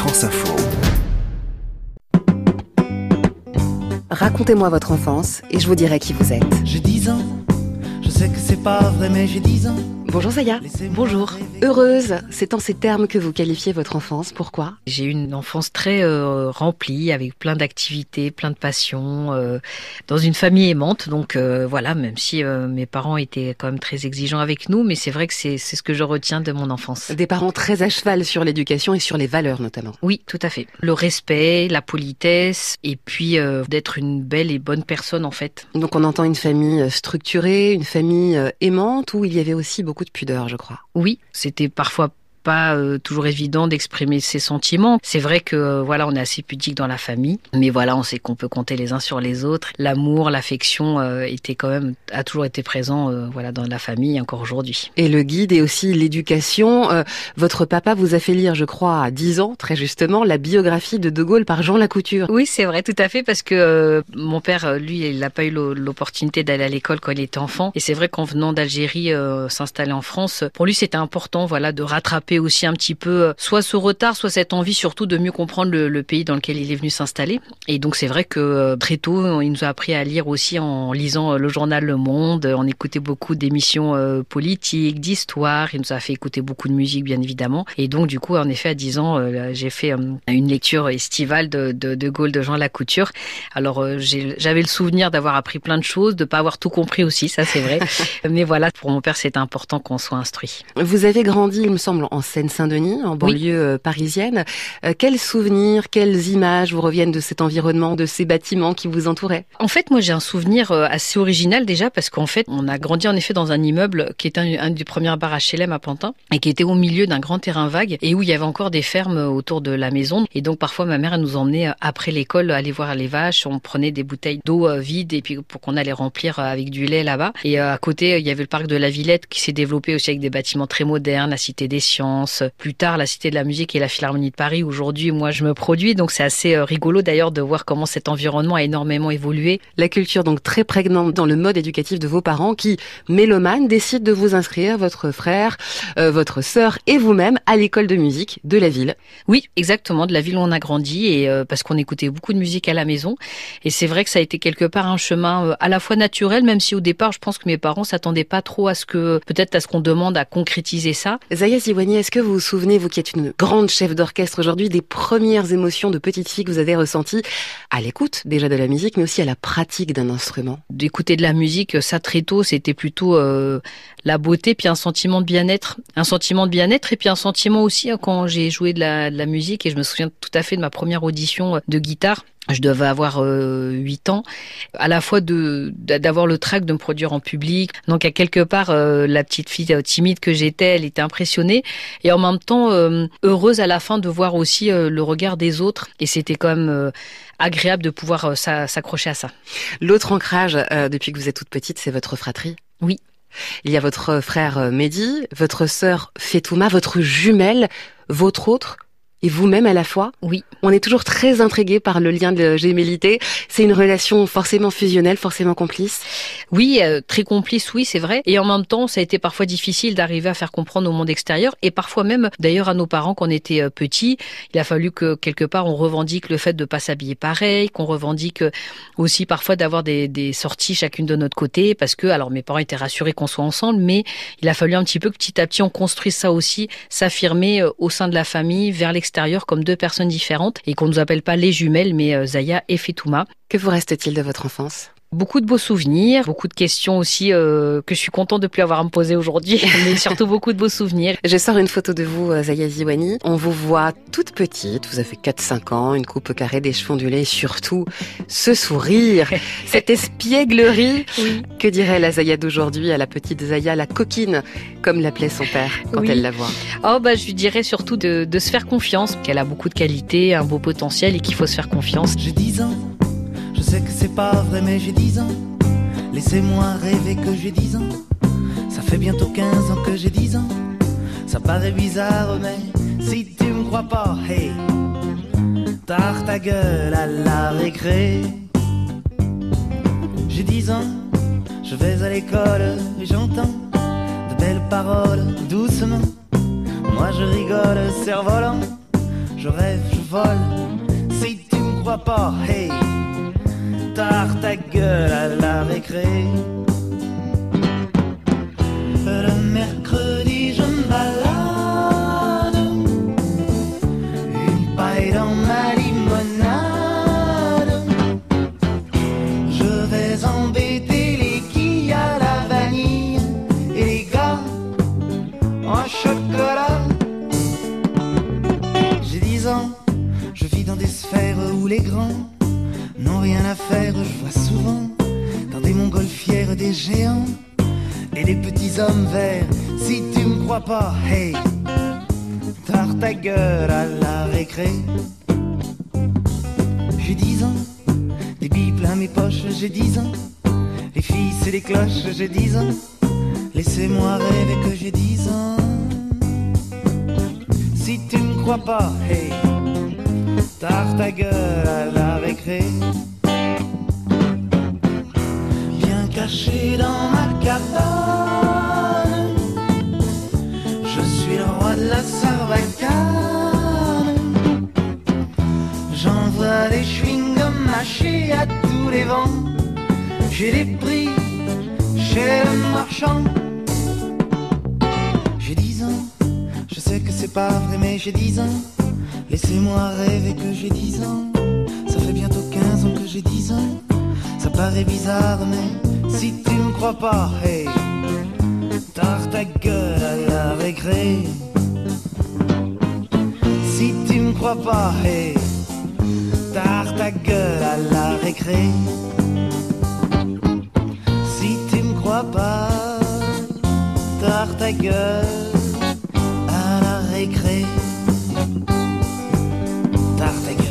France Info. Racontez-moi votre enfance et je vous dirai qui vous êtes. J'ai 10 ans, je sais que c'est pas vrai mais j'ai 10 ans. Bonjour Zaya. Bonjour. Heureuse, c'est en ces termes que vous qualifiez votre enfance. Pourquoi ? J'ai eu une enfance très remplie, avec plein d'activités, plein de passions, dans une famille aimante. Donc voilà, même si mes parents étaient quand même très exigeants avec nous, mais c'est vrai que c'est ce que je retiens de mon enfance. Des parents très à cheval sur l'éducation et sur les valeurs notamment. Oui, tout à fait. Le respect, la politesse, et puis d'être une belle et bonne personne en fait. Donc on entend une famille structurée, une famille aimante, où il y avait aussi beaucoup de pudeur, je crois. Oui, c'était parfois pas toujours évident d'exprimer ses sentiments. C'est vrai que voilà, on est assez pudique dans la famille, mais voilà, on sait qu'on peut compter les uns sur les autres. L'amour, l'affection a toujours été présent voilà dans la famille encore aujourd'hui. Et le guide et aussi l'éducation. Votre papa vous a fait lire, je crois, à 10 ans, très justement, la biographie de Gaulle par Jean Lacouture. Oui, c'est vrai, tout à fait, parce que mon père, lui, il n'a pas eu l'opportunité d'aller à l'école quand il était enfant. Et c'est vrai qu'en venant d'Algérie s'installer en France, pour lui, c'était important, voilà, de rattraper aussi un petit peu soit ce retard, soit cette envie surtout de mieux comprendre le pays dans lequel il est venu s'installer. Et donc c'est vrai que très tôt, il nous a appris à lire aussi en lisant le journal Le Monde. On écoutait beaucoup d'émissions politiques, d'histoire. Il nous a fait écouter beaucoup de musique, bien évidemment. Et donc du coup, en effet, à 10 ans, j'ai fait une lecture estivale de Gaulle de Jean Lacouture. Alors j'avais le souvenir d'avoir appris plein de choses, de pas avoir tout compris aussi, ça c'est vrai. Mais voilà, pour mon père, c'était important qu'on soit instruit. Vous avez grandi, il me semble, en Seine-Saint-Denis, en banlieue parisienne. Quels souvenirs, quelles images vous reviennent de cet environnement, de ces bâtiments qui vous entouraient ? En fait, moi, j'ai un souvenir assez original déjà parce qu'en fait, on a grandi en effet dans un immeuble qui était un des premières bars HLM à Pantin et qui était au milieu d'un grand terrain vague et où il y avait encore des fermes autour de la maison. Et donc, parfois, ma mère, elle nous emmenait après l'école aller voir les vaches. On prenait des bouteilles d'eau vides et puis pour qu'on allait remplir avec du lait là-bas. Et à côté, il y avait le parc de la Villette qui s'est développé aussi avec des bâtiments très modernes, la Cité des Sciences. Plus tard, la Cité de la Musique et la Philharmonie de Paris. Aujourd'hui, moi, je me produis. Donc, c'est assez rigolo d'ailleurs de voir comment cet environnement a énormément évolué. La culture donc très prégnante dans le mode éducatif de vos parents qui, mélomanes, décident de vous inscrire, votre frère, votre sœur et vous-même, à l'école de musique de la ville. Oui, exactement, de la ville où on a grandi et parce qu'on écoutait beaucoup de musique à la maison. Et c'est vrai que ça a été quelque part un chemin à la fois naturel, même si au départ, je pense que mes parents s'attendaient pas trop à ce qu'on demande à concrétiser ça. Zaya Ziwani, est-ce que vous vous souvenez, vous qui êtes une grande chef d'orchestre aujourd'hui, des premières émotions de petite fille que vous avez ressenties à l'écoute déjà de la musique, mais aussi à la pratique d'un instrument ? D'écouter de la musique, ça très tôt, c'était plutôt la beauté, puis un sentiment de bien-être. Un sentiment de bien-être et puis un sentiment aussi quand j'ai joué de la musique, et je me souviens tout à fait de ma première audition de guitare. Je devais avoir 8 ans, à la fois d'avoir le trac de me produire en public. Donc à quelque part, la petite fille timide que j'étais, elle était impressionnée et en même temps heureuse à la fin de voir aussi le regard des autres. Et c'était quand même agréable de pouvoir s'accrocher à ça. L'autre ancrage, depuis que vous êtes toute petite, c'est votre fratrie ? Oui. Il y a votre frère Mehdi, votre sœur Fetouma, votre jumelle, votre autre et vous-même à la fois. Oui. On est toujours très intrigué par le lien de gémellité. C'est une relation forcément fusionnelle, forcément complice. Oui, très complice, oui, c'est vrai. Et en même temps, ça a été parfois difficile d'arriver à faire comprendre au monde extérieur et parfois même, d'ailleurs, à nos parents quand on était petits. Il a fallu que, quelque part, on revendique le fait de pas s'habiller pareil, qu'on revendique aussi parfois d'avoir des sorties chacune de notre côté parce que, alors, mes parents étaient rassurés qu'on soit ensemble, mais il a fallu un petit peu que petit à petit, on construise ça aussi, s'affirmer au sein de la famille, vers l'extérieur comme deux personnes différentes et qu'on ne nous appelle pas les jumelles mais Zaya et Fetouma. Que vous reste-t-il de votre enfance ? Beaucoup de beaux souvenirs, beaucoup de questions aussi que je suis contente de plus avoir à me poser aujourd'hui, mais surtout beaucoup de beaux souvenirs. Je sors une photo de vous, Zaya Ziwani. On vous voit toute petite, vous avez 4-5 ans, une coupe carrée, des cheveux ondulés et surtout ce sourire, cette espièglerie. Oui. Que dirait la Zaya d'aujourd'hui à la petite Zaya, la coquine, comme l'appelait son père quand elle la voit ? Je lui dirais surtout de se faire confiance, qu'elle a beaucoup de qualités, un beau potentiel et qu'il faut se faire confiance. J'ai 10 ans. Je sais que c'est pas vrai mais j'ai 10 ans. Laissez-moi rêver que j'ai 10 ans. Ça fait bientôt 15 ans que j'ai 10 ans. Ça paraît bizarre mais si tu me crois pas, hey, tard ta gueule à la récré. J'ai 10 ans, je vais à l'école et j'entends de belles paroles doucement. Moi je rigole, cerf-volant. je rêve, je vole. Si tu me crois pas, hey, tard ta gueule à la récré. Le mercredi, je me balade, une paille dans ma limonade. Je vais embêter les quilles à la vanille et les gars en chocolat. J'ai 10 ans, je vis dans des sphères où les grands n'ont rien à faire. Je vois souvent dans des montgolfières des géants et des petits hommes verts. Si tu me crois pas, hey, tard ta gueule à la récré. J'ai 10 ans, des billes plein mes poches, j'ai 10 ans. Les filles c'est les cloches, j'ai 10 ans. Laissez-moi rêver que j'ai 10 ans. Si tu me crois pas, hey, tard ta gueule à la récré. Bien caché dans ma cabane, je suis le roi de la Sarbacane. J'envoie des chewing-gums mâchés à tous les vents. J'ai des prix chez le marchand. J'ai 10 ans, je sais que c'est pas vrai mais j'ai 10 ans. Laissez-moi rêver que j'ai 10 ans. Ça fait bientôt 15 ans que j'ai 10 ans. Ça paraît bizarre mais si tu me crois pas, hey, tard ta gueule à la récré. Si tu me crois pas, hey, tard ta gueule à la récré. Si tu me crois pas, tard ta gueule à la récré. Tard ta gueule.